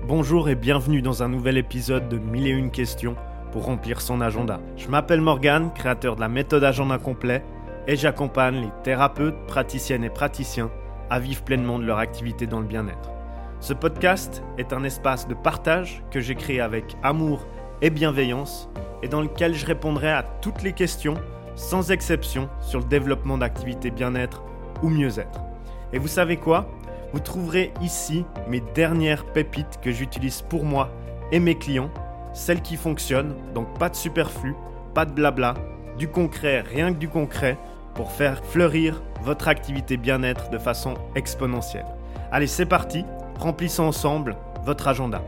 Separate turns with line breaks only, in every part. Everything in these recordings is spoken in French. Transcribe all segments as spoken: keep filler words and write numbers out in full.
Bonjour et bienvenue dans un nouvel épisode de mille et une questions pour remplir son agenda. Je m'appelle Morgane, créateur de la méthode Agenda Complet et j'accompagne les thérapeutes, praticiennes et praticiens à vivre pleinement de leur activité dans le bien-être. Ce podcast est un espace de partage que j'ai créé avec amour et bienveillance et dans lequel je répondrai à toutes les questions sans exception sur le développement d'activités bien-être ou mieux-être. Et vous savez quoi ? Vous trouverez ici mes dernières pépites que j'utilise pour moi et mes clients, celles qui fonctionnent, donc pas de superflu, pas de blabla, du concret, rien que du concret, pour faire fleurir votre activité bien-être de façon exponentielle. Allez, c'est parti, remplissons ensemble votre agenda.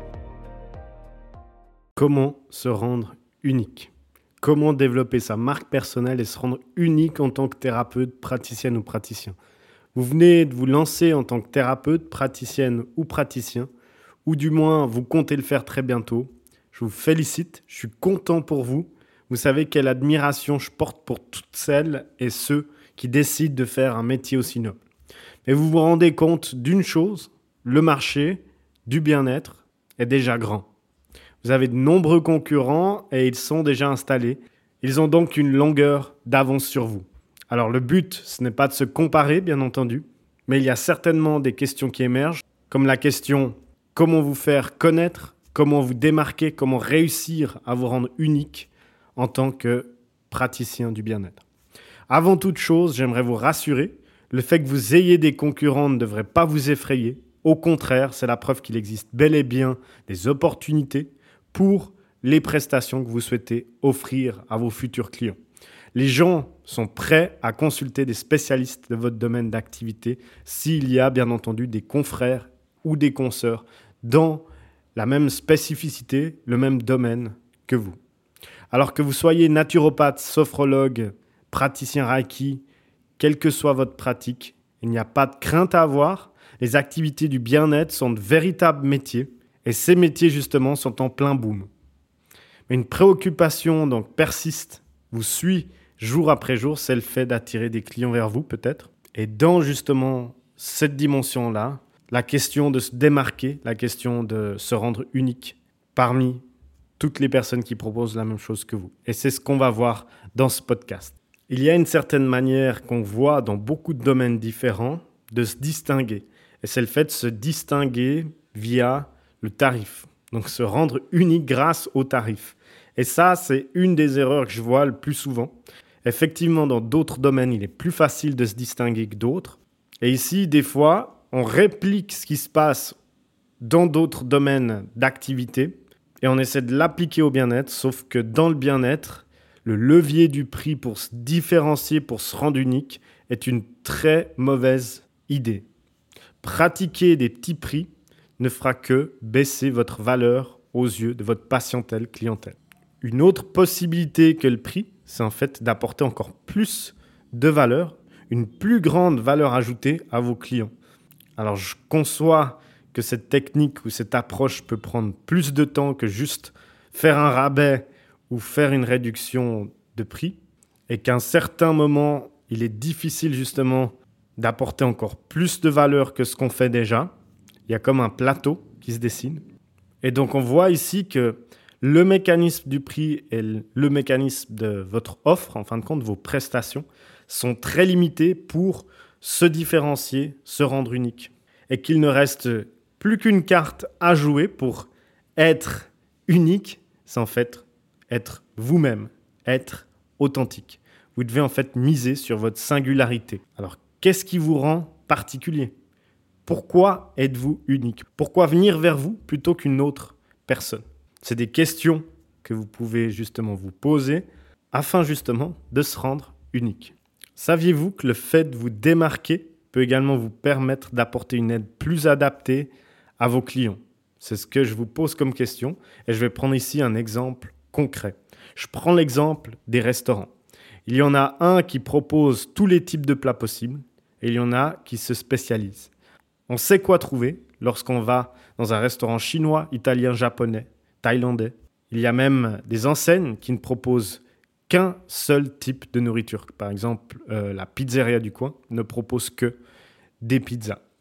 Comment se rendre unique ? Comment développer sa marque personnelle et se rendre unique en tant que thérapeute, praticienne ou praticien ? Vous venez de vous lancer en tant que thérapeute, praticienne ou praticien, ou du moins vous comptez le faire très bientôt. Je vous félicite, je suis content pour vous. Vous savez quelle admiration je porte pour toutes celles et ceux qui décident de faire un métier aussi noble. Mais vous vous rendez compte d'une chose, le marché du bien-être est déjà grand. Vous avez de nombreux concurrents et ils sont déjà installés. Ils ont donc une longueur d'avance sur vous. Alors le but, ce n'est pas de se comparer, bien entendu, mais il y a certainement des questions qui émergent, comme la question « Comment vous faire connaître ? Comment vous démarquer ? Comment réussir à vous rendre unique en tant que praticien du bien-être ?» Avant toute chose, j'aimerais vous rassurer, le fait que vous ayez des concurrents ne devrait pas vous effrayer. Au contraire, c'est la preuve qu'il existe bel et bien des opportunités pour les prestations que vous souhaitez offrir à vos futurs clients. Les gens sont prêts à consulter des spécialistes de votre domaine d'activité s'il y a bien entendu des confrères ou des consoeurs dans la même spécificité, le même domaine que vous. Alors que vous soyez naturopathe, sophrologue, praticien Reiki, quelle que soit votre pratique, il n'y a pas de crainte à avoir. Les activités du bien-être sont de véritables métiers et ces métiers justement sont en plein boom. Mais une préoccupation donc persiste, vous suit jour après jour, c'est le fait d'attirer des clients vers vous peut-être. Et dans justement cette dimension-là, la question de se démarquer, la question de se rendre unique parmi toutes les personnes qui proposent la même chose que vous. Et c'est ce qu'on va voir dans ce podcast. Il y a une certaine manière qu'on voit dans beaucoup de domaines différents de se distinguer. Et c'est le fait de se distinguer via le tarif. Donc se rendre unique grâce au tarif. Et ça, c'est une des erreurs que je vois le plus souvent. Effectivement, dans d'autres domaines, il est plus facile de se distinguer que d'autres. Et ici, des fois, on réplique ce qui se passe dans d'autres domaines d'activité et on essaie de l'appliquer au bien-être, sauf que dans le bien-être, le levier du prix pour se différencier, pour se rendre unique, est une très mauvaise idée. Pratiquer des petits prix ne fera que baisser votre valeur aux yeux de votre patientèle, clientèle. Une autre possibilité que le prix, c'est en fait d'apporter encore plus de valeur, une plus grande valeur ajoutée à vos clients. Alors, je conçois que cette technique ou cette approche peut prendre plus de temps que juste faire un rabais ou faire une réduction de prix et qu'à un certain moment, il est difficile justement d'apporter encore plus de valeur que ce qu'on fait déjà. Il y a comme un plateau qui se dessine. Et donc, on voit ici que le mécanisme du prix et le mécanisme de votre offre, en fin de compte, vos prestations, sont très limités pour se différencier, se rendre unique. Et qu'il ne reste plus qu'une carte à jouer pour être unique, c'est en fait être vous-même, être authentique. Vous devez en fait miser sur votre singularité. Alors, qu'est-ce qui vous rend particulier ? Pourquoi êtes-vous unique ? Pourquoi venir vers vous plutôt qu'une autre personne ? C'est des questions que vous pouvez justement vous poser afin justement de se rendre unique. Saviez-vous que le fait de vous démarquer peut également vous permettre d'apporter une aide plus adaptée à vos clients ? C'est ce que je vous pose comme question et je vais prendre ici un exemple concret. Je prends l'exemple des restaurants. Il y en a un qui propose tous les types de plats possibles et il y en a qui se spécialisent. On sait quoi trouver lorsqu'on va dans un restaurant chinois, italien, japonais, thaïlandais. Il y a même des enseignes qui ne proposent qu'un seul type de nourriture. Par exemple, euh, la pizzeria du coin ne propose que des pizzas.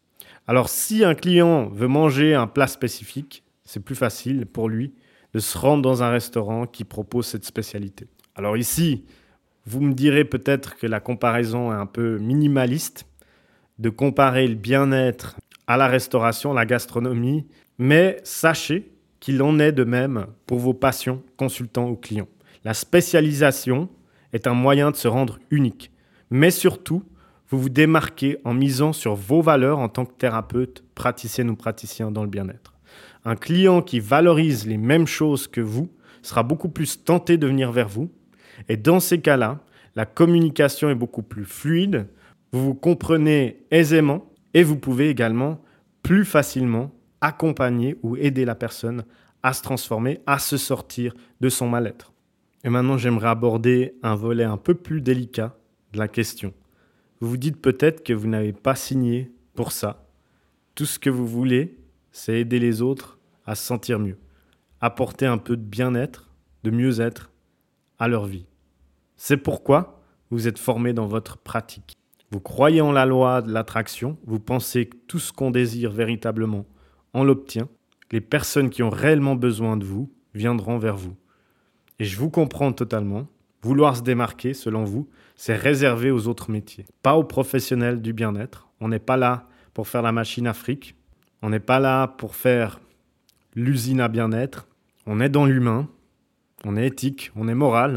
Alors, si un client veut manger un plat spécifique, c'est plus facile pour lui de se rendre dans un restaurant qui propose cette spécialité. Alors ici, vous me direz peut-être que la comparaison est un peu minimaliste, de comparer le bien-être à la restauration, la gastronomie, mais sachez qu'il en est de même pour vos patients, consultants ou clients. La spécialisation est un moyen de se rendre unique, mais surtout, vous vous démarquez en misant sur vos valeurs en tant que thérapeute, praticienne ou praticien dans le bien-être. Un client qui valorise les mêmes choses que vous sera beaucoup plus tenté de venir vers vous. Et dans ces cas-là, la communication est beaucoup plus fluide, vous vous comprenez aisément et vous pouvez également plus facilement accompagner ou aider la personne à se transformer, à se sortir de son mal-être. Et maintenant, j'aimerais aborder un volet un peu plus délicat de la question. Vous vous dites peut-être que vous n'avez pas signé pour ça. Tout ce que vous voulez, c'est aider les autres à se sentir mieux, apporter un peu de bien-être, de mieux-être à leur vie. C'est pourquoi vous êtes formé dans votre pratique. Vous croyez en la loi de l'attraction, vous pensez que tout ce qu'on désire véritablement, on l'obtient. Les personnes qui ont réellement besoin de vous viendront vers vous. Et je vous comprends totalement. Vouloir se démarquer, selon vous, c'est réservé aux autres métiers, pas aux professionnels du bien-être. On n'est pas là pour faire la machine à fric. On n'est pas là pour faire l'usine à bien-être. On est dans l'humain, on est éthique, on est moral.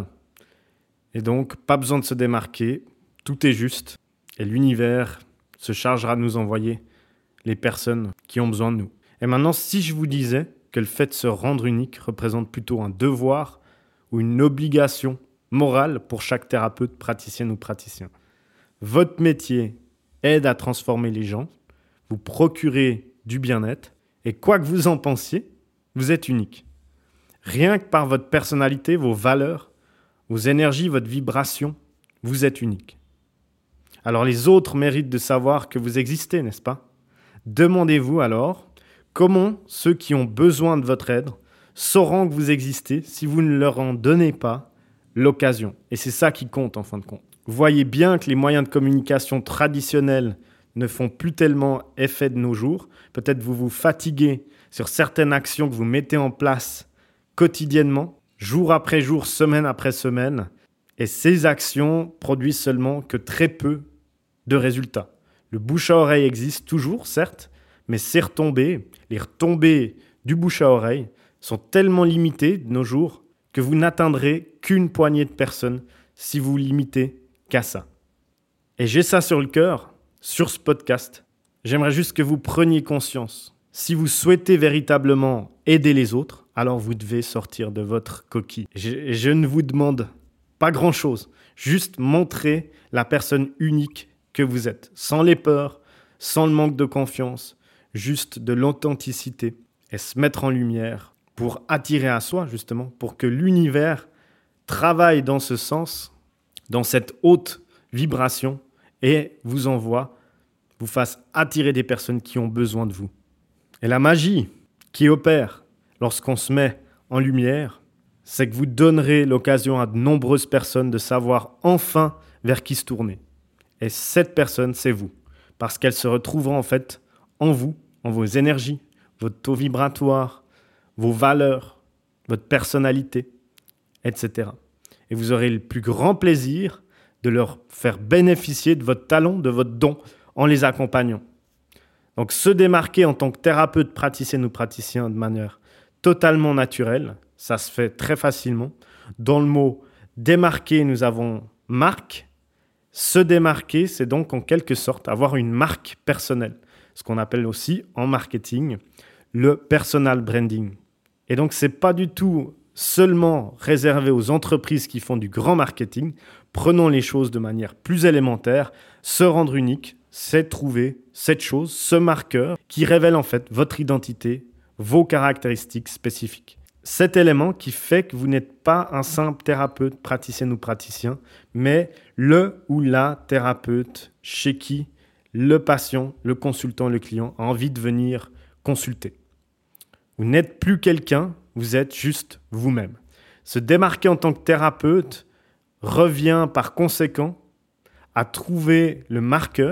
Et donc, pas besoin de se démarquer, tout est juste. Et l'univers se chargera de nous envoyer les personnes qui ont besoin de nous. Et maintenant, si je vous disais que le fait de se rendre unique représente plutôt un devoir ou une obligation morale pour chaque thérapeute, praticienne ou praticien. Votre métier aide à transformer les gens, vous procurez du bien-être, et quoi que vous en pensiez, vous êtes unique. Rien que par votre personnalité, vos valeurs, vos énergies, votre vibration, vous êtes unique. Alors les autres méritent de savoir que vous existez, n'est-ce pas ? Demandez-vous alors comment ceux qui ont besoin de votre aide sauront que vous existez si vous ne leur en donnez pas l'occasion. Et c'est ça qui compte en fin de compte. Vous voyez bien que les moyens de communication traditionnels ne font plus tellement effet de nos jours. Peut-être vous vous fatiguez sur certaines actions que vous mettez en place quotidiennement, jour après jour, semaine après semaine. Et ces actions produisent seulement que très peu de résultats. Le bouche à oreille existe toujours, certes, mais ces retombées, les retombées du bouche à oreille sont tellement limitées de nos jours que vous n'atteindrez qu'une poignée de personnes si vous vous limitez qu'à ça. Et j'ai ça sur le cœur, sur ce podcast. J'aimerais juste que vous preniez conscience. Si vous souhaitez véritablement aider les autres, alors vous devez sortir de votre coquille. Je, je ne vous demande pas grand-chose, juste montrer la personne unique que vous êtes, sans les peurs, sans le manque de confiance, juste de l'authenticité et se mettre en lumière pour attirer à soi, justement, pour que l'univers travaille dans ce sens, dans cette haute vibration et vous envoie, vous fasse attirer des personnes qui ont besoin de vous. Et la magie qui opère lorsqu'on se met en lumière, c'est que vous donnerez l'occasion à de nombreuses personnes de savoir enfin vers qui se tourner. Et cette personne, c'est vous, parce qu'elle se retrouvera en fait en vous, en vos énergies, votre taux vibratoire, vos valeurs, votre personnalité, et cetera. Et vous aurez le plus grand plaisir de leur faire bénéficier de votre talent, de votre don, en les accompagnant. Donc, se démarquer en tant que thérapeute, praticienne ou praticien de manière totalement naturelle, ça se fait très facilement. Dans le mot « démarquer », nous avons « marque ». Se démarquer, c'est donc en quelque sorte avoir une marque personnelle, ce qu'on appelle aussi en marketing le personal branding. Et donc, ce n'est pas du tout seulement réservé aux entreprises qui font du grand marketing. Prenons les choses de manière plus élémentaire. Se rendre unique, c'est trouver cette chose, ce marqueur qui révèle en fait votre identité, vos caractéristiques spécifiques. Cet élément qui fait que vous n'êtes pas un simple thérapeute, praticienne ou praticien, mais le ou la thérapeute chez qui le patient, le consultant, le client a envie de venir consulter. Vous n'êtes plus quelqu'un, vous êtes juste vous-même. Se démarquer en tant que thérapeute revient par conséquent à trouver le marqueur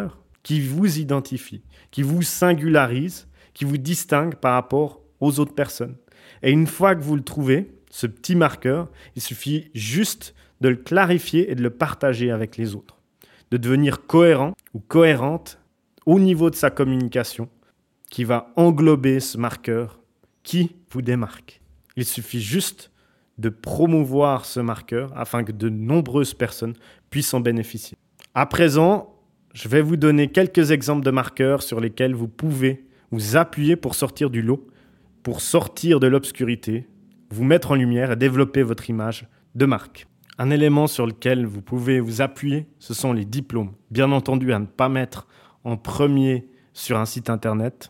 qui vous identifie, qui vous singularise, qui vous distingue par rapport aux autres personnes. Et une fois que vous le trouvez, ce petit marqueur, il suffit juste de le clarifier et de le partager avec les autres, de devenir cohérent ou cohérente au niveau de sa communication qui va englober ce marqueur qui vous démarque. Il suffit juste de promouvoir ce marqueur afin que de nombreuses personnes puissent en bénéficier. À présent, je vais vous donner quelques exemples de marqueurs sur lesquels vous pouvez vous appuyer pour sortir du lot, pour sortir de l'obscurité, vous mettre en lumière et développer votre image de marque. Un élément sur lequel vous pouvez vous appuyer, ce sont les diplômes. Bien entendu, à ne pas mettre en premier sur un site internet,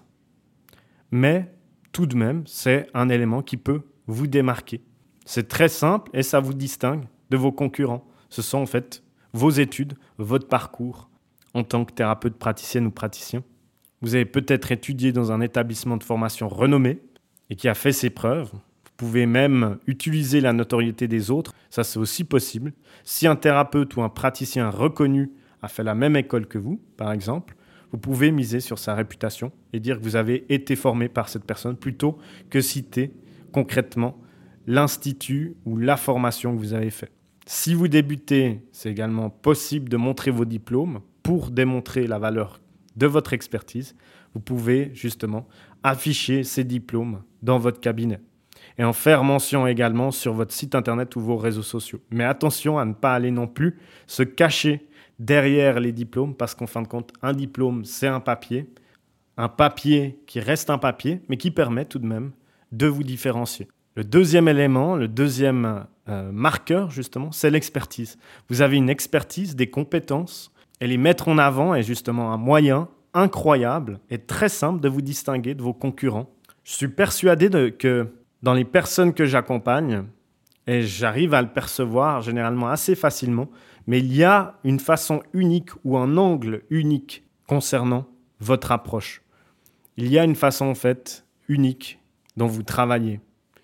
mais tout de même, c'est un élément qui peut vous démarquer. C'est très simple et ça vous distingue de vos concurrents. Ce sont en fait vos études, votre parcours en tant que thérapeute praticienne ou praticien. Vous avez peut-être étudié dans un établissement de formation renommé et qui a fait ses preuves. Vous pouvez même utiliser la notoriété des autres. Ça, c'est aussi possible. Si un thérapeute ou un praticien reconnu a fait la même école que vous, par exemple, vous pouvez miser sur sa réputation et dire que vous avez été formé par cette personne plutôt que citer concrètement l'institut ou la formation que vous avez fait. Si vous débutez, c'est également possible de montrer vos diplômes pour démontrer la valeur de votre expertise. Vous pouvez justement afficher ces diplômes dans votre cabinet et en faire mention également sur votre site internet ou vos réseaux sociaux. Mais attention à ne pas aller non plus se cacher derrière les diplômes parce qu'en fin de compte, un diplôme, c'est un papier. Un papier qui reste un papier, mais qui permet tout de même de vous différencier. Le deuxième élément, le deuxième euh, marqueur, justement, c'est l'expertise. Vous avez une expertise, des compétences, et les mettre en avant est justement un moyen incroyable et très simple de vous distinguer de vos concurrents. Je suis persuadé de, que dans les personnes que j'accompagne, et j'arrive à le percevoir généralement assez facilement, mais il y a une façon unique ou un angle unique concernant votre approche. Il y a une façon en fait unique dont vous travaillez.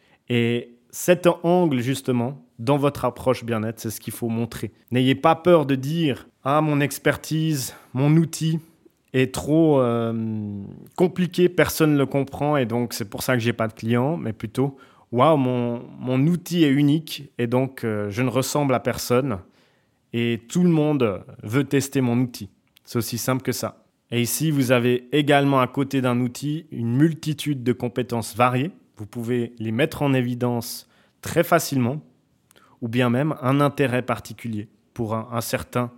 Et cet angle justement, dans votre approche bien-être, c'est ce qu'il faut montrer. N'ayez pas peur de dire « Ah, mon expertise, mon outil est trop euh, compliqué, personne ne le comprend et donc c'est pour ça que je n'ai pas de clients. » Mais plutôt « Waouh, mon, mon outil est unique et donc euh, je ne ressemble à personne et tout le monde veut tester mon outil. » C'est aussi simple que ça. Et ici, vous avez également à côté d'un outil une multitude de compétences variées. Vous pouvez les mettre en évidence très facilement ou bien même un intérêt particulier pour un, un certain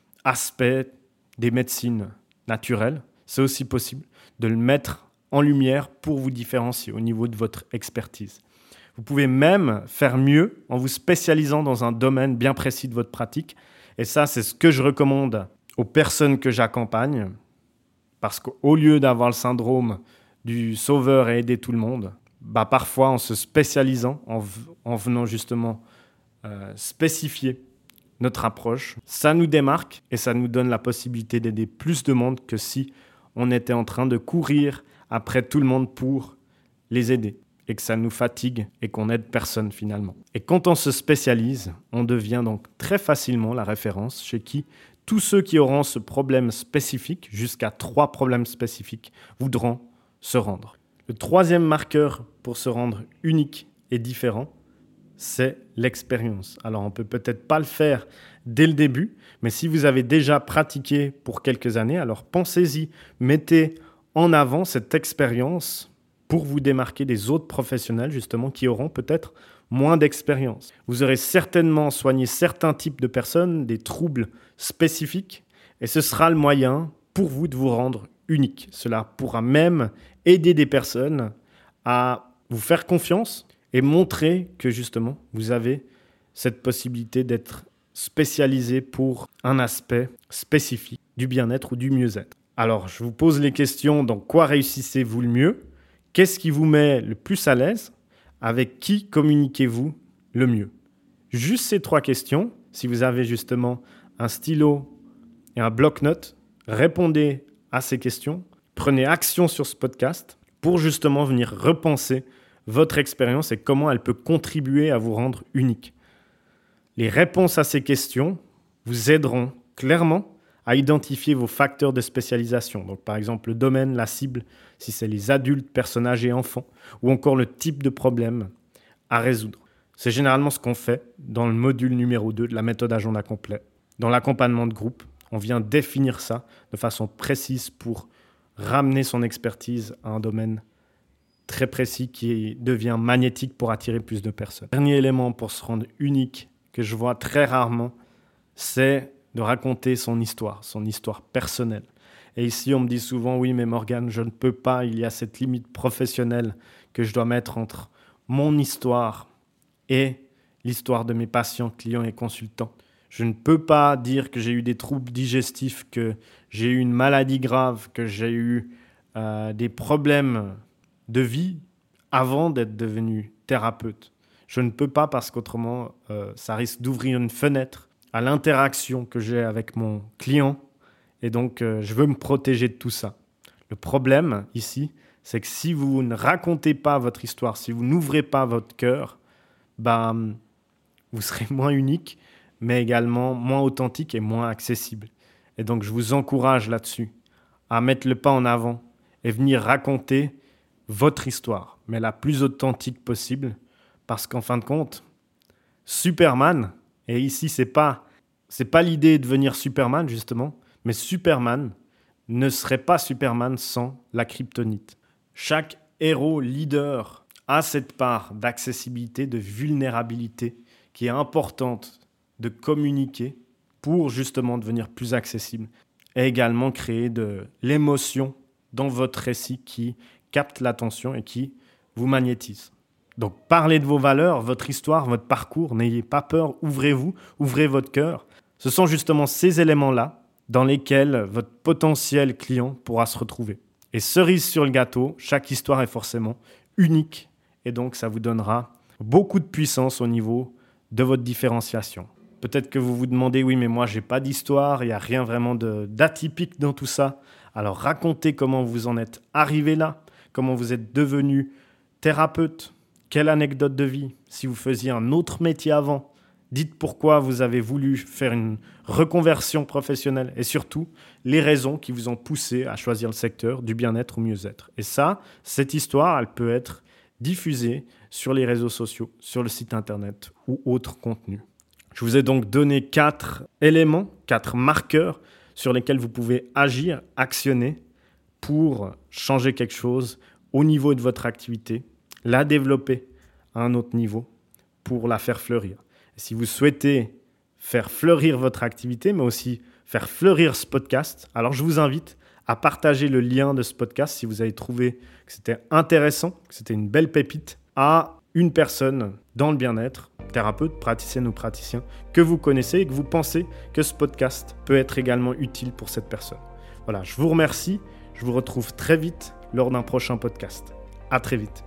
aspect des médecines naturelles. C'est aussi possible de le mettre en lumière pour vous différencier au niveau de votre expertise. Vous pouvez même faire mieux en vous spécialisant dans un domaine bien précis de votre pratique. Et ça, c'est ce que je recommande aux personnes que j'accompagne. Parce qu'au lieu d'avoir le syndrome du sauveur et aider tout le monde, bah parfois en se spécialisant, en, v- en venant justement euh, spécifier notre approche, ça nous démarque et ça nous donne la possibilité d'aider plus de monde que si on était en train de courir après tout le monde pour les aider et que ça nous fatigue et qu'on aide personne finalement. Et quand on se spécialise, on devient donc très facilement la référence chez qui tous ceux qui auront ce problème spécifique, jusqu'à trois problèmes spécifiques, voudront se rendre. Le troisième marqueur pour se rendre unique et différent, c'est l'expérience. Alors, on ne peut peut-être pas le faire dès le début, mais si vous avez déjà pratiqué pour quelques années, alors pensez-y, mettez en avant cette expérience pour vous démarquer des autres professionnels, justement, qui auront peut-être moins d'expérience. Vous aurez certainement soigné certains types de personnes, des troubles spécifiques, et ce sera le moyen pour vous de vous rendre unique. Cela pourra même aider des personnes à vous faire confiance et montrer que justement, vous avez cette possibilité d'être spécialisé pour un aspect spécifique du bien-être ou du mieux-être. Alors, je vous pose les questions, dans quoi réussissez-vous le mieux ? Qu'est-ce qui vous met le plus à l'aise ? Avec qui communiquez-vous le mieux ? Juste ces trois questions. Si vous avez justement un stylo et un bloc-notes, répondez à ces questions. Prenez action sur ce podcast pour justement venir repenser votre expérience et comment elle peut contribuer à vous rendre unique. Les réponses à ces questions vous aideront clairement à identifier vos facteurs de spécialisation. Donc, par exemple, le domaine, la cible, si c'est les adultes, personnes âgées et enfants, ou encore le type de problème à résoudre. C'est généralement ce qu'on fait dans le module numéro deux de la méthode agenda complet. Dans l'accompagnement de groupe, on vient définir ça de façon précise pour ramener son expertise à un domaine très précis qui devient magnétique pour attirer plus de personnes. Dernier élément pour se rendre unique que je vois très rarement, c'est de raconter son histoire, son histoire personnelle. Et ici, on me dit souvent, oui, mais Morgane, je ne peux pas, il y a cette limite professionnelle que je dois mettre entre mon histoire et l'histoire de mes patients, clients et consultants. Je ne peux pas dire que j'ai eu des troubles digestifs, que j'ai eu une maladie grave, que j'ai eu euh, des problèmes de vie avant d'être devenu thérapeute. Je ne peux pas parce qu'autrement, euh, ça risque d'ouvrir une fenêtre à l'interaction que j'ai avec mon client. Et donc, euh, je veux me protéger de tout ça. Le problème ici, c'est que si vous ne racontez pas votre histoire, si vous n'ouvrez pas votre cœur, ben, vous serez moins unique, mais également moins authentique et moins accessible. Et donc, je vous encourage là-dessus à mettre le pas en avant et venir raconter votre histoire, mais la plus authentique possible, parce qu'en fin de compte, Superman, et ici, ce n'est pas, c'est pas l'idée de devenir Superman, justement, mais Superman ne serait pas Superman sans la kryptonite. Chaque héros leader a cette part d'accessibilité, de vulnérabilité qui est importante de communiquer pour justement devenir plus accessible et également créer de l'émotion dans votre récit qui capte l'attention et qui vous magnétise. Donc parlez de vos valeurs, votre histoire, votre parcours, n'ayez pas peur, ouvrez-vous, ouvrez votre cœur. Ce sont justement ces éléments-là dans lesquels votre potentiel client pourra se retrouver. Et cerise sur le gâteau, chaque histoire est forcément unique et donc ça vous donnera beaucoup de puissance au niveau de votre différenciation. Peut-être que vous vous demandez, oui, mais moi, je n'ai pas d'histoire, il n'y a rien vraiment de, d'atypique dans tout ça. Alors, racontez comment vous en êtes arrivé là, comment vous êtes devenu thérapeute, quelle anecdote de vie, si vous faisiez un autre métier avant. Dites pourquoi vous avez voulu faire une reconversion professionnelle et surtout, les raisons qui vous ont poussé à choisir le secteur du bien-être ou mieux-être. Et ça, cette histoire, elle peut être diffusée sur les réseaux sociaux, sur le site internet ou autres contenus. Je vous ai donc donné quatre éléments, quatre marqueurs sur lesquels vous pouvez agir, actionner pour changer quelque chose au niveau de votre activité, la développer à un autre niveau pour la faire fleurir. Et si vous souhaitez faire fleurir votre activité, mais aussi faire fleurir ce podcast, alors je vous invite à partager le lien de ce podcast si vous avez trouvé que c'était intéressant, que c'était une belle pépite, à une personne dans le bien-être, thérapeute, praticienne ou praticien, que vous connaissez et que vous pensez que ce podcast peut être également utile pour cette personne. Voilà, je vous remercie. Je vous retrouve très vite lors d'un prochain podcast. À très vite.